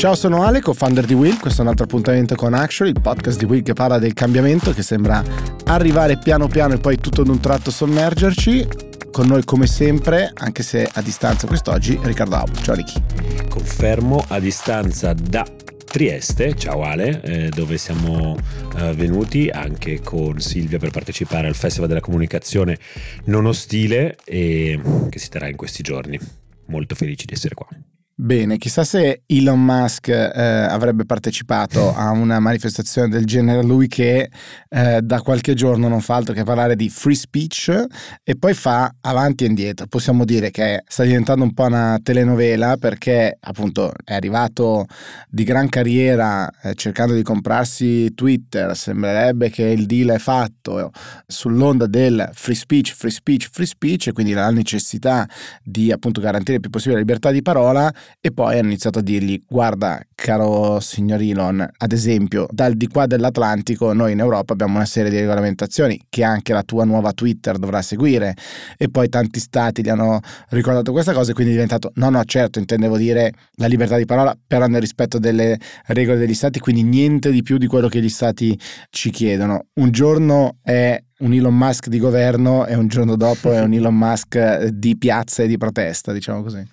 Ciao, sono Ale, co-founder di Will. Questo è un altro appuntamento con Actually, il podcast di Will che parla del cambiamento che sembra arrivare piano piano e poi tutto d'un tratto sommergerci. Con noi come sempre, anche se a distanza quest'oggi, Riccardo Aup. Ciao Ricky. Confermo, a distanza da Trieste, ciao Ale, dove siamo venuti anche con Silvia per partecipare al Festival della Comunicazione Non Ostile e che si terrà in questi giorni. Molto felici di essere qua. Bene, chissà se Elon Musk avrebbe partecipato a una manifestazione del genere, lui che da qualche giorno non fa altro che parlare di free speech e poi fa avanti e indietro. Possiamo dire che sta diventando un po' una telenovela, perché appunto è arrivato di gran carriera cercando di comprarsi Twitter, sembrerebbe che il deal è fatto sull'onda del free speech e quindi la necessità di appunto garantire il più possibile la libertà di parola. E poi hanno iniziato a dirgli: guarda caro signor Elon, ad esempio dal di qua dell'Atlantico noi in Europa abbiamo una serie di regolamentazioni che anche la tua nuova Twitter dovrà seguire, e poi tanti stati gli hanno ricordato questa cosa e quindi è diventato no certo, intendevo dire la libertà di parola però nel rispetto delle regole degli stati, quindi niente di più di quello che gli stati ci chiedono. Un giorno è un Elon Musk di governo e un giorno dopo è un Elon Musk di piazza e di protesta, diciamo così.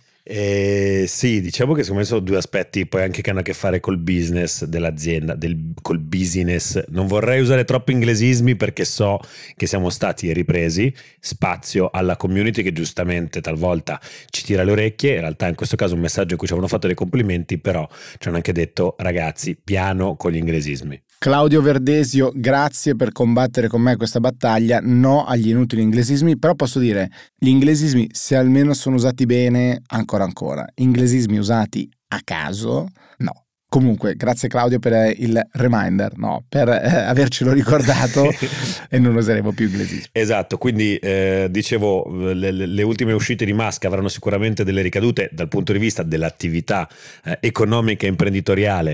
Sì, diciamo che secondo me sono due aspetti poi anche che hanno a che fare col business dell'azienda, col business. Non vorrei usare troppi inglesismi perché so che siamo stati ripresi, spazio alla community che giustamente talvolta ci tira le orecchie. In realtà in questo caso un messaggio in cui ci avevano fatto dei complimenti, però ci hanno anche detto: ragazzi, piano con gli inglesismi. Claudio Verdesio, grazie per combattere con me questa battaglia, no agli inutili inglesismi, però posso dire, gli inglesismi se almeno sono usati bene, ancora. Inglesismi usati a caso, no. Comunque, grazie Claudio per il reminder, per avercelo ricordato e non useremo più inglesismi. Esatto, quindi dicevo, le ultime uscite di Musk avranno sicuramente delle ricadute dal punto di vista dell'attività economica e imprenditoriale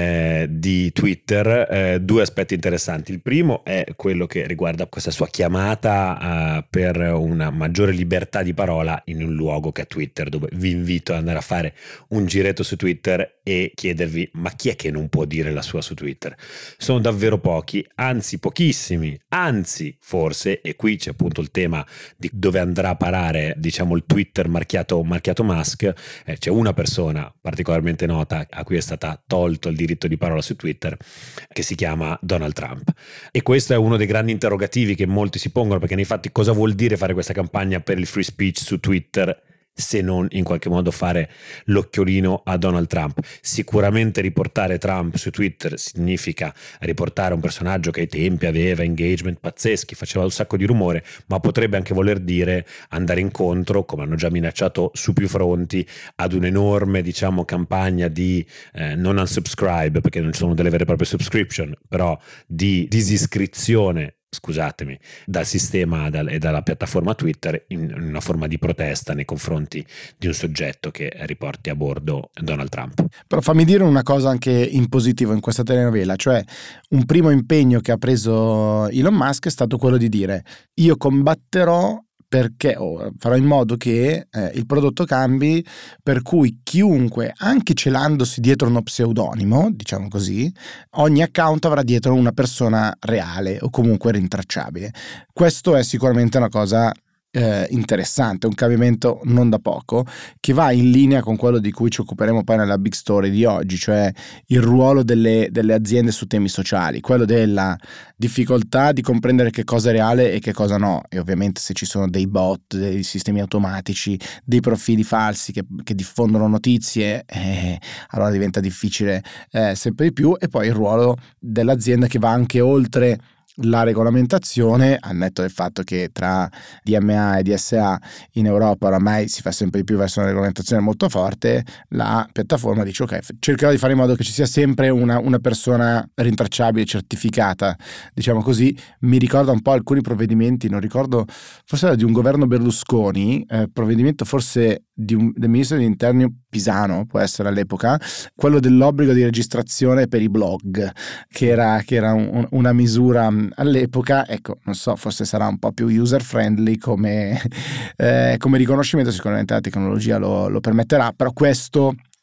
di Twitter. Due aspetti interessanti. Il primo è quello che riguarda questa sua chiamata per una maggiore libertà di parola in un luogo che è Twitter, dove vi invito ad andare a fare un giretto su Twitter e chiedervi: ma chi è che non può dire la sua su Twitter? Sono davvero pochi, anzi pochissimi, anzi forse, e qui c'è appunto il tema di dove andrà a parare, diciamo, il Twitter marchiato Musk. C'è una persona particolarmente nota a cui è stata tolto il diritto di parola su Twitter, che si chiama Donald Trump, e questo è uno dei grandi interrogativi che molti si pongono, perché nei fatti cosa vuol dire fare questa campagna per il free speech su Twitter se non in qualche modo fare l'occhiolino a Donald Trump? Sicuramente riportare Trump su Twitter significa riportare un personaggio che ai tempi aveva engagement pazzeschi, faceva un sacco di rumore, ma potrebbe anche voler dire andare incontro, come hanno già minacciato su più fronti, ad un'enorme, diciamo, campagna di non unsubscribe, perché non ci sono delle vere e proprie subscription, però di disiscrizione, scusatemi, dal sistema e dalla piattaforma Twitter, in una forma di protesta nei confronti di un soggetto che riporti a bordo Donald Trump. Però fammi dire una cosa anche in positivo in questa telenovela, cioè un primo impegno che ha preso Elon Musk è stato quello di dire: io combatterò perché farò in modo che il prodotto cambi, per cui chiunque, anche celandosi dietro uno pseudonimo, diciamo così, ogni account avrà dietro una persona reale o comunque rintracciabile. Questo è sicuramente una cosa interessante, un cambiamento non da poco, che va in linea con quello di cui ci occuperemo poi nella big story di oggi, cioè il ruolo delle aziende su temi sociali, quello della difficoltà di comprendere che cosa è reale e che cosa no, e ovviamente se ci sono dei bot, dei sistemi automatici, dei profili falsi che diffondono notizie, allora diventa difficile sempre di più. E poi il ruolo dell'azienda che va anche oltre la regolamentazione, al netto del fatto che tra DMA e DSA in Europa oramai si fa sempre di più verso una regolamentazione molto forte. La piattaforma dice: ok, cercherò di fare in modo che ci sia sempre una persona rintracciabile, certificata, diciamo così. Mi ricorda un po' alcuni provvedimenti, non ricordo, forse era di un governo Berlusconi, provvedimento forse del ministro degli interni Pisano, può essere all'epoca, quello dell'obbligo di registrazione per i blog, che era una misura all'epoca. Ecco, non so, forse sarà un po' più user friendly come riconoscimento, sicuramente la tecnologia lo permetterà, però questo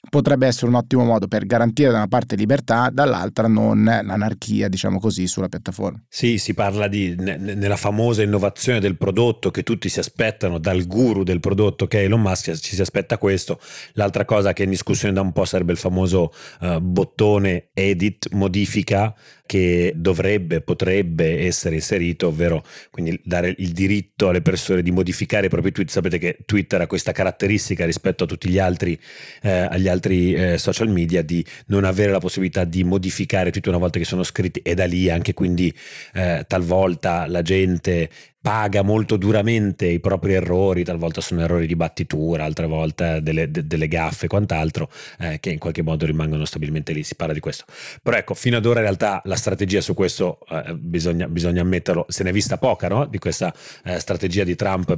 potrebbe essere un ottimo modo per garantire da una parte libertà, dall'altra non l'anarchia, diciamo così, sulla piattaforma. Sì, si parla nella famosa innovazione del prodotto che tutti si aspettano dal guru del prodotto che è Elon Musk, ci si aspetta questo. L'altra cosa che è in discussione da un po' sarebbe il famoso bottone edit, modifica, che potrebbe essere inserito, ovvero quindi dare il diritto alle persone di modificare i propri tweet. Sapete che Twitter ha questa caratteristica rispetto a tutti agli altri social media di non avere la possibilità di modificare tweet una volta che sono scritti, e da lì anche quindi talvolta la gente paga molto duramente i propri errori, talvolta sono errori di battitura, altre volte delle gaffe e quant'altro, che in qualche modo rimangono stabilmente lì. Si parla di questo. Però ecco, fino ad ora in realtà la strategia su questo, bisogna ammetterlo, se ne è vista poca, no? Di questa strategia di Trump,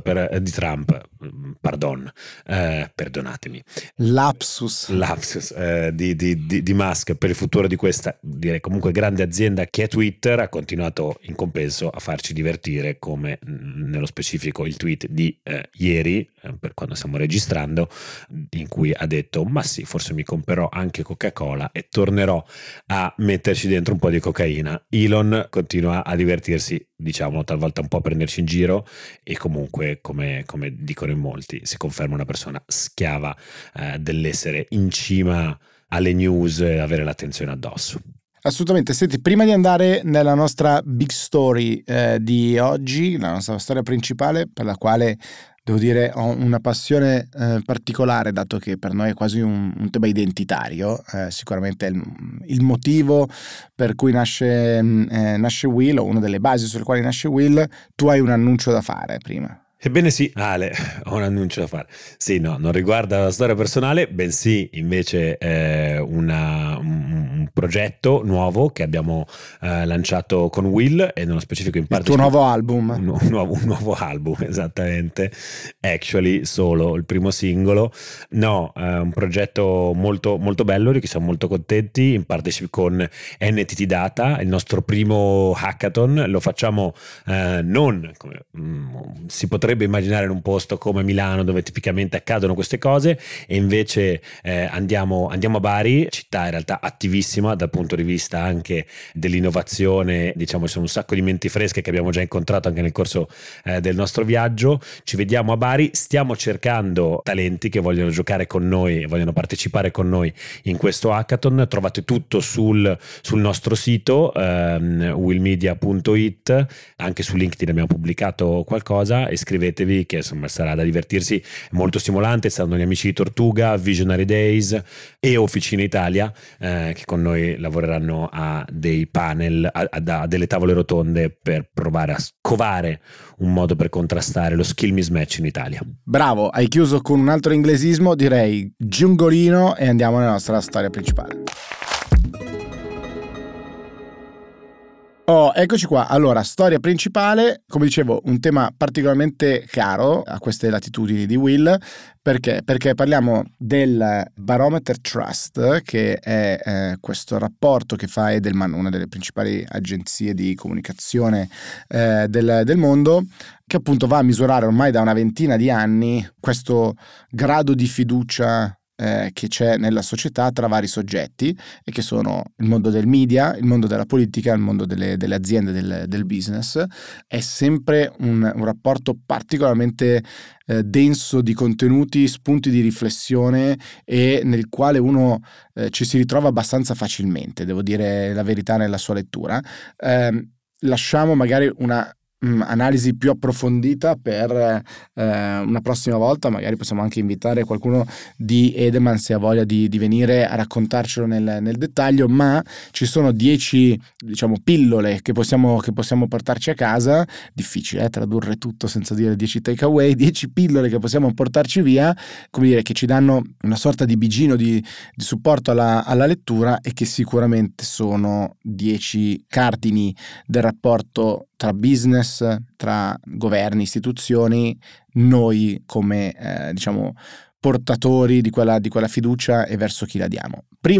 perdonatemi. Lapsus Di Musk per il futuro di questa, direi comunque grande azienda che è Twitter. Ha continuato in compenso a farci divertire, come nello specifico il tweet di ieri, per quando stiamo registrando, in cui ha detto: ma sì, forse mi comprerò anche Coca-Cola e tornerò a metterci dentro un po' di cocaina. Elon continua a divertirsi, diciamo, talvolta un po' a prenderci in giro, e comunque, come dicono in molti, si conferma una persona schiava dell'essere in cima alle news e avere l'attenzione addosso. Assolutamente. Senti, prima di andare nella nostra big story di oggi, la nostra storia principale, per la quale devo dire ho una passione particolare, dato che per noi è quasi un tema identitario, sicuramente è il motivo per cui nasce Will, o una delle basi sulle quali nasce Will. Tu hai un annuncio da fare prima. Ebbene sì, Ale, ho un annuncio da fare. Sì, no, non riguarda la storia personale, bensì invece un progetto nuovo che abbiamo lanciato con Will, e nello specifico in parte... Il tuo nuovo album. Un nuovo album, esattamente. Actually, solo il primo singolo. No, un progetto molto, molto bello, di cui siamo molto contenti, in partnership con NTT Data, il nostro primo hackathon. Lo facciamo non come si potrebbe immaginare in un posto come Milano, dove tipicamente accadono queste cose, e invece andiamo a Bari, città in realtà attivissima dal punto di vista anche dell'innovazione. Diciamo, ci sono un sacco di menti fresche che abbiamo già incontrato anche nel corso del nostro viaggio. Ci vediamo a Bari, stiamo cercando talenti che vogliono giocare con noi e vogliono partecipare con noi in questo hackathon. Trovate tutto sul nostro sito willmedia.it, anche su LinkedIn abbiamo pubblicato qualcosa. Iscrivetevi, che insomma sarà da divertirsi, molto stimolante. Saranno gli amici di Tortuga, Visionary Days e Officina Italia, che con noi lavoreranno a dei panel, a delle tavole rotonde, per provare a scovare un modo per contrastare lo skill mismatch in Italia. Bravo, hai chiuso con un altro inglesismo, direi giungolino, e andiamo nella nostra storia principale. Oh, eccoci qua. Allora, storia principale, come dicevo, un tema particolarmente caro a queste latitudini di Will. Perché? Perché parliamo del Barometer Trust, che è questo rapporto che fa Edelman, una delle principali agenzie di comunicazione del mondo, che appunto va a misurare ormai da una ventina di anni questo grado di fiducia che c'è nella società tra vari soggetti, e che sono il mondo del media, il mondo della politica, il mondo delle aziende, del business. È sempre un rapporto particolarmente denso di contenuti, spunti di riflessione, e nel quale uno ci si ritrova abbastanza facilmente, devo dire la verità, nella sua lettura. Lasciamo magari una analisi più approfondita per una prossima volta. Magari possiamo anche invitare qualcuno di Edelman, se ha voglia di venire a raccontarcelo nel dettaglio, ma ci sono 10, diciamo, pillole che possiamo portarci a casa. Difficile tradurre tutto senza dire 10 takeaway. 10 pillole che possiamo portarci via, come dire, che ci danno una sorta di bigino di supporto alla lettura, e che sicuramente sono 10 cardini del rapporto tra business, tra governi, istituzioni, noi come diciamo portatori di quella fiducia, e verso chi la diamo. Primo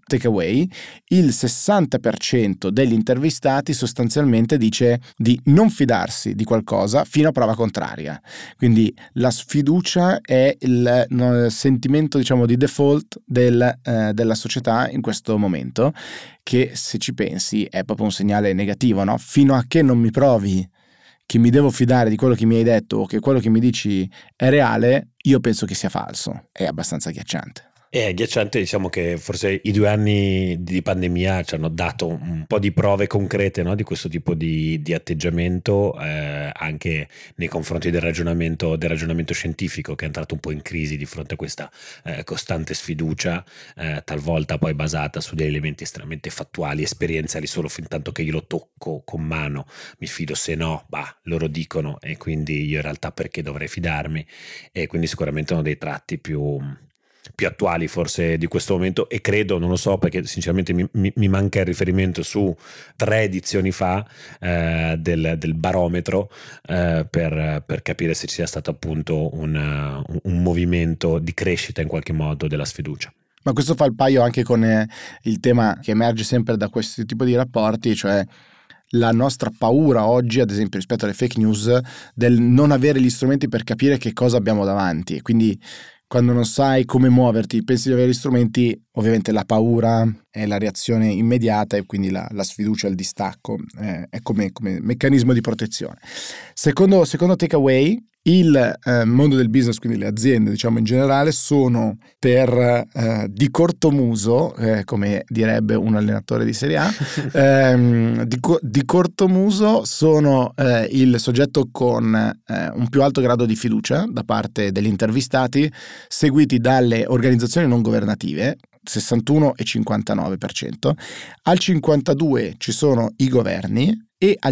takeaway, il 60% degli intervistati sostanzialmente dice di non fidarsi di qualcosa fino a prova contraria. Quindi la sfiducia è il sentimento, diciamo, di default della società in questo momento, che se ci pensi è proprio un segnale negativo, no? Fino a che non mi provi che mi devo fidare di quello che mi hai detto o che quello che mi dici è reale, io penso che sia falso. È abbastanza agghiacciante. È agghiacciante, diciamo che forse i 2 anni di pandemia ci hanno dato un po' di prove concrete, no? Di questo tipo di atteggiamento, anche nei confronti del ragionamento scientifico, che è entrato un po' in crisi di fronte a questa costante sfiducia, talvolta poi basata su degli elementi estremamente fattuali, esperienziali, solo fin tanto che io lo tocco con mano, mi fido, se no, loro dicono, e quindi io in realtà perché dovrei fidarmi? E quindi sicuramente uno dei tratti più attuali forse di questo momento, e credo, non lo so perché sinceramente mi manca il riferimento su 3 edizioni fa del barometro, per capire se ci sia stato appunto un movimento di crescita in qualche modo della sfiducia. Ma questo fa il paio anche con il tema che emerge sempre da questo tipo di rapporti, cioè la nostra paura oggi, ad esempio rispetto alle fake news, del non avere gli strumenti per capire che cosa abbiamo davanti. Quindi quando non sai come muoverti, pensi di avere gli strumenti, ovviamente la paura è la reazione immediata e quindi la sfiducia, il distacco è come meccanismo di protezione. Secondo takeaway, il mondo del business, quindi le aziende, diciamo in generale, sono di corto muso, come direbbe un allenatore di Serie A, di corto muso sono il soggetto con un più alto grado di fiducia da parte degli intervistati, seguiti dalle organizzazioni non governative, 61 e 59%, al 52% ci sono i governi e al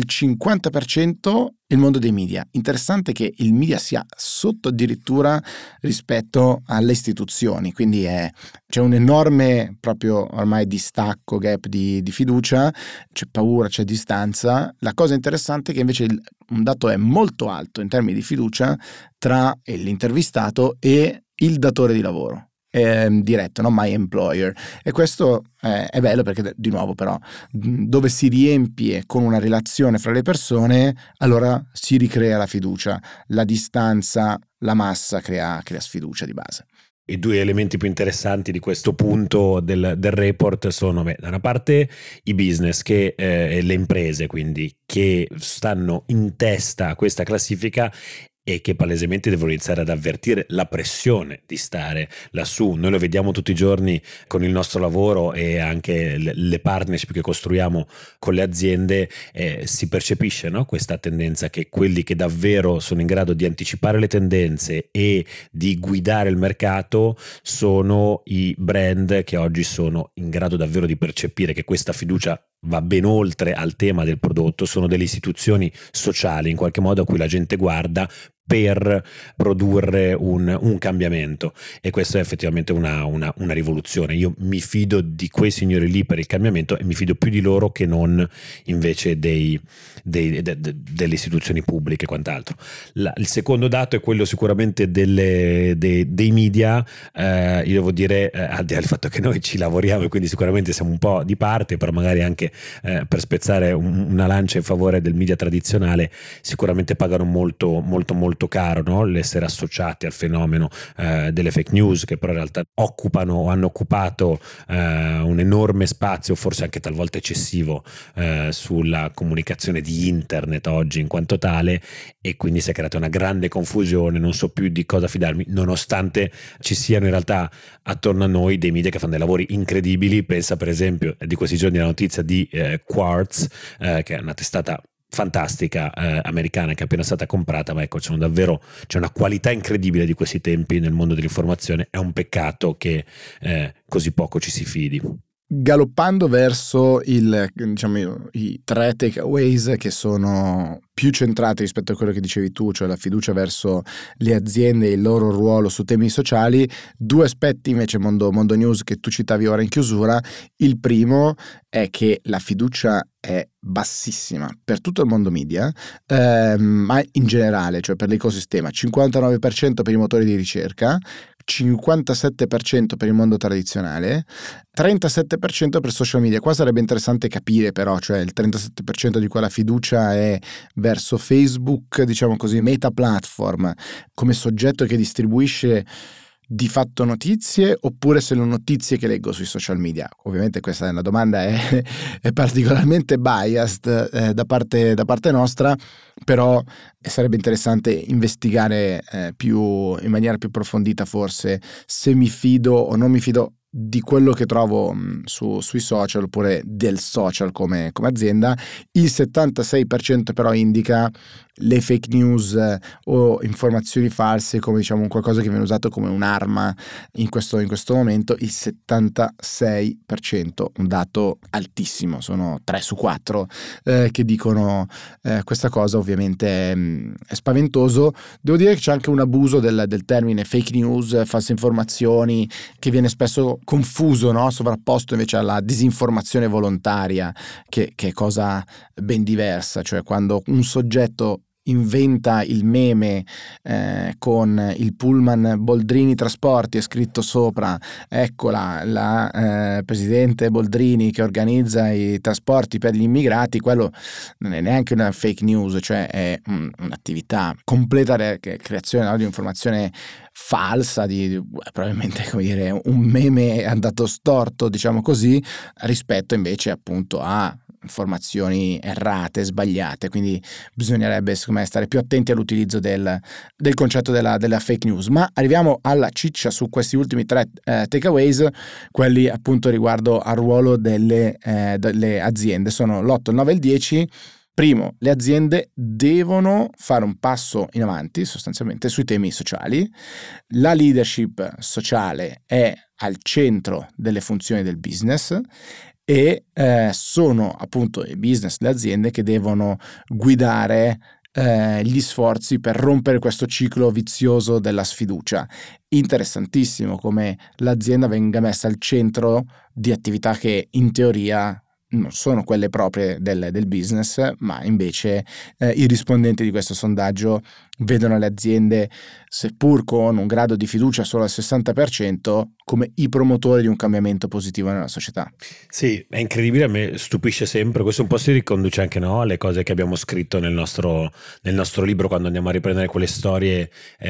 50% il mondo dei media. Interessante che il media sia sotto addirittura rispetto alle istituzioni, quindi c'è un enorme proprio ormai distacco, gap di fiducia, c'è paura, c'è distanza. La cosa interessante è che invece un dato è molto alto in termini di fiducia tra l'intervistato e il datore di lavoro. Diretto, no? My employer. E questo è bello perché, di nuovo, però, dove si riempie con una relazione fra le persone, allora si ricrea la fiducia. La distanza, la massa crea sfiducia di base. I 2 elementi più interessanti di questo punto del report sono, da una parte i business e le imprese, quindi, che stanno in testa a questa classifica e che palesemente devono iniziare ad avvertire la pressione di stare lassù. Noi lo vediamo tutti i giorni con il nostro lavoro e anche le partnership che costruiamo con le aziende, si percepisce, no? Questa tendenza che quelli che davvero sono in grado di anticipare le tendenze e di guidare il mercato sono i brand che oggi sono in grado davvero di percepire che questa fiducia va ben oltre al tema del prodotto, sono delle istituzioni sociali in qualche modo a cui la gente guarda per produrre un cambiamento, e questo è effettivamente una rivoluzione. Io mi fido di quei signori lì per il cambiamento e mi fido più di loro che non invece delle istituzioni pubbliche e quant'altro. Il secondo dato è quello sicuramente dei media. Io devo dire, al di là del fatto che noi ci lavoriamo e quindi sicuramente siamo un po' di parte, però magari anche per spezzare una lancia in favore del media tradizionale, sicuramente pagano molto molto molto caro, no? L'essere associati al fenomeno delle fake news, che però in realtà hanno occupato un enorme spazio, forse anche talvolta eccessivo, sulla comunicazione di internet oggi in quanto tale, e quindi si è creata una grande confusione, non so più di cosa fidarmi, nonostante ci siano in realtà attorno a noi dei media che fanno dei lavori incredibili. Pensa per esempio di questi giorni alla notizia di Quartz, che è una testata fantastica americana che è appena stata comprata, ma ecco, c'è una qualità incredibile di questi tempi nel mondo dell'informazione. È un peccato che così poco ci si fidi. Galoppando verso i 3 takeaways che sono più centrate rispetto a quello che dicevi tu, cioè la fiducia verso le aziende e il loro ruolo su temi sociali. Due aspetti invece Mondo News che tu citavi ora in chiusura. Il primo è che la fiducia è bassissima per tutto il mondo media, ma in generale, cioè per l'ecosistema, 59% per i motori di ricerca, 57% per il mondo tradizionale, 37% per social media. Qua sarebbe interessante capire però, cioè il 37% di quella fiducia è verso Facebook, diciamo così, Meta Platform, come soggetto che distribuisce di fatto notizie, oppure se le notizie che leggo sui social media. Ovviamente questa è una domanda è particolarmente biased da parte nostra, però sarebbe interessante investigare in maniera più approfondita forse se mi fido o non mi fido di quello che trovo sui social oppure del social come azienda. Il 76% però indica le fake news o informazioni false come diciamo un qualcosa che viene usato come un'arma in questo momento. Il 76%, un dato altissimo, sono 3 su 4 che dicono questa cosa. Ovviamente è spaventoso. Devo dire che c'è anche un abuso del termine fake news, false informazioni, che viene spesso confuso, no? Sovrapposto invece alla disinformazione volontaria, che è cosa ben diversa, cioè quando un soggetto inventa il meme con il pullman Boldrini Trasporti e scritto sopra ecco la presidente Boldrini che organizza i trasporti per gli immigrati, quello non è neanche una fake news, cioè è un'attività completa creazione, no, di informazione falsa, di probabilmente come dire un meme andato storto, diciamo così, rispetto invece appunto a informazioni errate, sbagliate. Quindi bisognerebbe secondo me stare più attenti all'utilizzo del concetto della fake news. Ma arriviamo alla ciccia su questi ultimi 3 takeaways, quelli appunto riguardo al ruolo delle aziende. Sono l'8, il 9 e il 10. Primo, le aziende devono fare un passo in avanti sostanzialmente sui temi sociali. La leadership sociale è al centro delle funzioni del business e sono appunto i business, le aziende che devono guidare gli sforzi per rompere questo ciclo vizioso della sfiducia. Interessantissimo come l'azienda venga messa al centro di attività che in teoria non sono quelle proprie del business, ma invece i rispondenti di questo sondaggio vedono le aziende, seppur con un grado di fiducia solo al 60%, come i promotori di un cambiamento positivo nella società. Sì, è incredibile, a me stupisce sempre, questo un po' si riconduce anche, no, alle cose che abbiamo scritto nel nostro libro, quando andiamo a riprendere quelle storie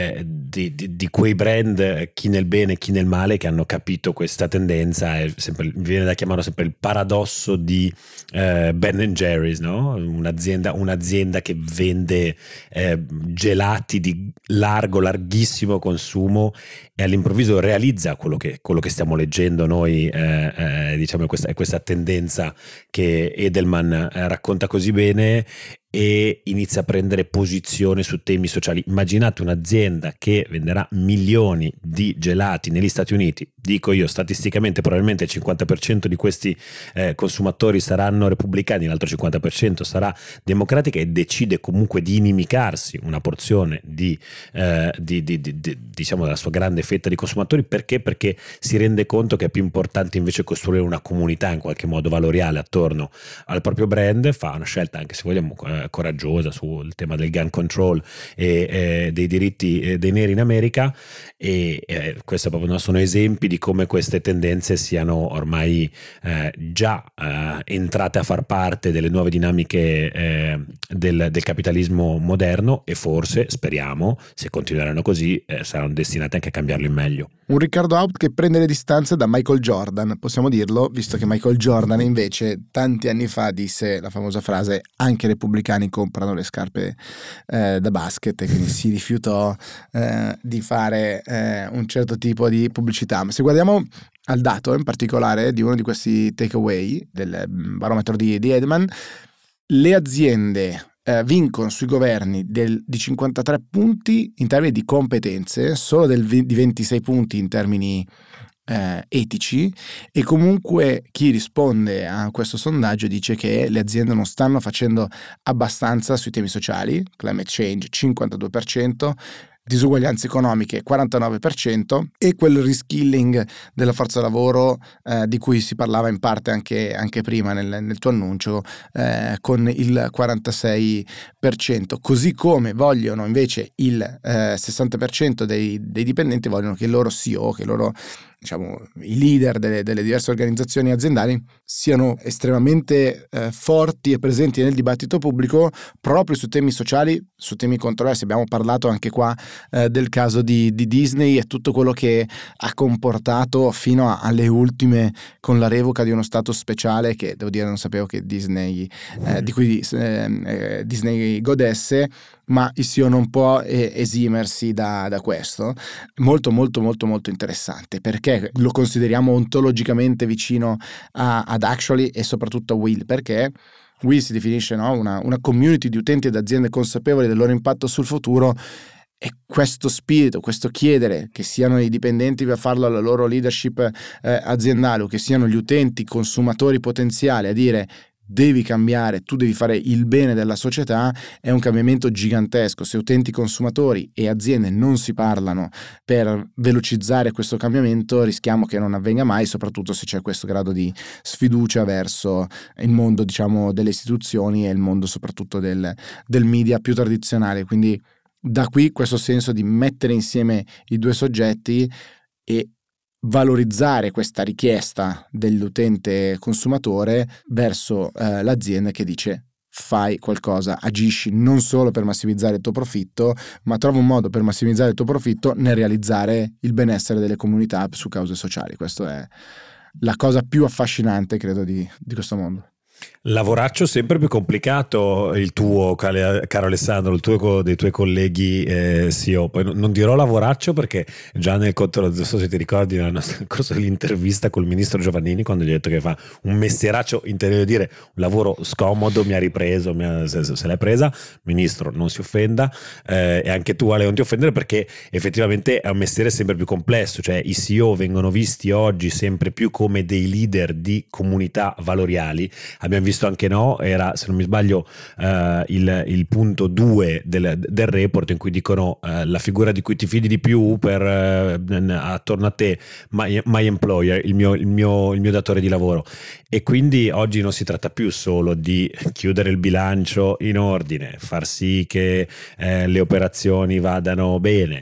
di quei brand, chi nel bene, chi nel male, che hanno capito questa tendenza. È sempre, mi viene da chiamarlo sempre il paradosso di Ben & Jerry's, no? Un'azienda che vende gelati di larghissimo consumo e all'improvviso realizza quello che stiamo leggendo noi, diciamo questa tendenza che Edelman racconta così bene, e inizia a prendere posizione su temi sociali. Immaginate un'azienda che venderà milioni di gelati negli Stati Uniti, dico io statisticamente probabilmente il 50% di questi consumatori saranno repubblicani, l'altro 50% sarà democratica, e decide comunque di inimicarsi una porzione diciamo della sua grande fetta di consumatori. Perché si rende conto che è più importante invece costruire una comunità in qualche modo valoriale attorno al proprio brand. Fa una scelta, anche se vogliamo coraggiosa, sul tema del gun control e dei diritti dei neri in America, e questi proprio sono esempi di come queste tendenze siano ormai già entrate a far parte delle nuove dinamiche del capitalismo moderno, e forse, speriamo, se continueranno così saranno destinate anche a cambiarlo in meglio. Un Riccardo Haupt che prende le distanze da Michael Jordan, possiamo dirlo, visto che Michael Jordan invece tanti anni fa disse la famosa frase: anche i repubblicani comprano le scarpe da basket, e quindi si rifiutò di fare un certo tipo di pubblicità. Ma se guardiamo al dato in particolare di uno di questi takeaway del barometro di Edelman, le aziende vincono sui governi di 53 punti in termini di competenze, solo di 26 punti in termini etici, e comunque chi risponde a questo sondaggio dice che le aziende non stanno facendo abbastanza sui temi sociali, climate change 52%, disuguaglianze economiche 49%, e quel reskilling della forza lavoro di cui si parlava in parte anche prima nel tuo annuncio, con il 46%, così come vogliono invece il 60% dei dipendenti vogliono che il loro CEO, che loro, diciamo, i leader delle diverse organizzazioni aziendali siano estremamente forti e presenti nel dibattito pubblico proprio su temi sociali, su temi controversi. Abbiamo parlato anche qua del caso di Disney e tutto quello che ha comportato fino alle ultime, con la revoca di uno status speciale che, devo dire, non sapevo che Disney di cui Disney godesse, ma il CEO non può esimersi da questo. Molto molto molto molto interessante, perché lo consideriamo ontologicamente vicino ad Actually e soprattutto a Will, perché Will si definisce, no, una community di utenti ed aziende consapevoli del loro impatto sul futuro, e questo spirito, questo chiedere che siano i dipendenti a farlo alla loro leadership aziendale, o che siano gli utenti consumatori potenziali a dire devi cambiare, tu devi fare il bene della società, è un cambiamento gigantesco. Se utenti, consumatori e aziende non si parlano per velocizzare questo cambiamento, rischiamo che non avvenga mai, soprattutto se c'è questo grado di sfiducia verso il mondo, diciamo, delle istituzioni e il mondo soprattutto del media più tradizionale. Quindi da qui questo senso di mettere insieme i due soggetti e valorizzare questa richiesta dell'utente consumatore verso l'azienda che dice fai qualcosa, agisci non solo per massimizzare il tuo profitto, ma trova un modo per massimizzare il tuo profitto nel realizzare il benessere delle comunità su cause sociali. Questa è la cosa più affascinante, credo, di questo mondo. Lavoraccio sempre più complicato il tuo, caro Alessandro, il tuo dei tuoi colleghi CEO. Poi non dirò lavoraccio perché già non so se ti ricordi nel corso dell'intervista col ministro Giovannini, quando gli ho detto che fa un mestieraccio, intendo dire un lavoro scomodo, mi ha ripreso, se l'è presa. Ministro, non si offenda, e anche tu, Ale, non ti offendere, perché effettivamente è un mestiere sempre più complesso. Cioè i CEO vengono visti oggi sempre più come dei leader di comunità valoriali. Abbiamo visto anche, no, era, se non mi sbaglio, il punto 2 del report, in cui dicono la figura di cui ti fidi di più attorno a te, my employer, il mio datore di lavoro. E quindi oggi non si tratta più solo di chiudere il bilancio in ordine, far sì che le operazioni vadano bene,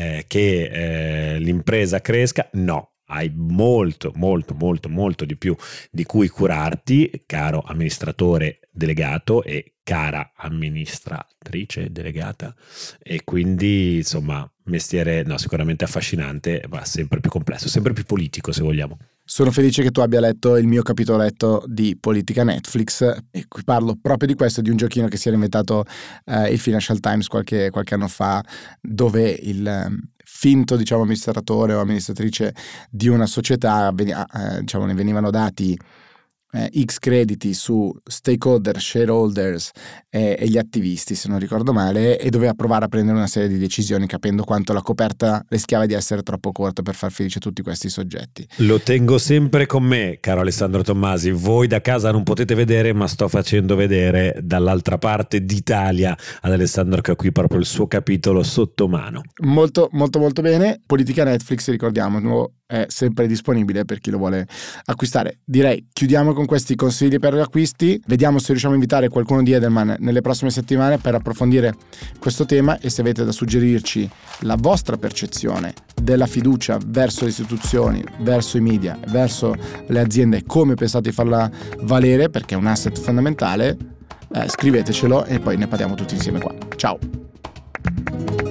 che l'impresa cresca. No, hai molto molto molto molto di più di cui curarti, caro amministratore delegato e cara amministratrice delegata. E quindi, insomma, mestiere sicuramente affascinante, ma sempre più complesso, sempre più politico, se vogliamo. Sono felice che tu abbia letto il mio capitoletto di politica Netflix, e qui parlo proprio di questo, di un giochino che si era inventato il Financial Times qualche anno fa, dove il finto, diciamo, amministratore o amministratrice di una società, diciamo, ne venivano dati X crediti su stakeholder, shareholders e gli attivisti, se non ricordo male, e doveva provare a prendere una serie di decisioni capendo quanto la coperta rischiava di essere troppo corta per far felice tutti questi soggetti. Lo tengo sempre con me, caro Alessandro Tommasi. Voi da casa non potete vedere, ma sto facendo vedere dall'altra parte d'Italia ad Alessandro che ho qui proprio il suo capitolo sotto mano. Molto molto molto bene. Politica Netflix, ricordiamo, è sempre disponibile per chi lo vuole acquistare. Direi chiudiamo con questi consigli per gli acquisti. Vediamo se riusciamo a invitare qualcuno di Edelman nelle prossime settimane per approfondire questo tema, e se avete da suggerirci la vostra percezione della fiducia verso le istituzioni, verso i media, verso le aziende, come pensate di farla valere, perché è un asset fondamentale, scrivetecelo e poi ne parliamo tutti insieme qua. Ciao!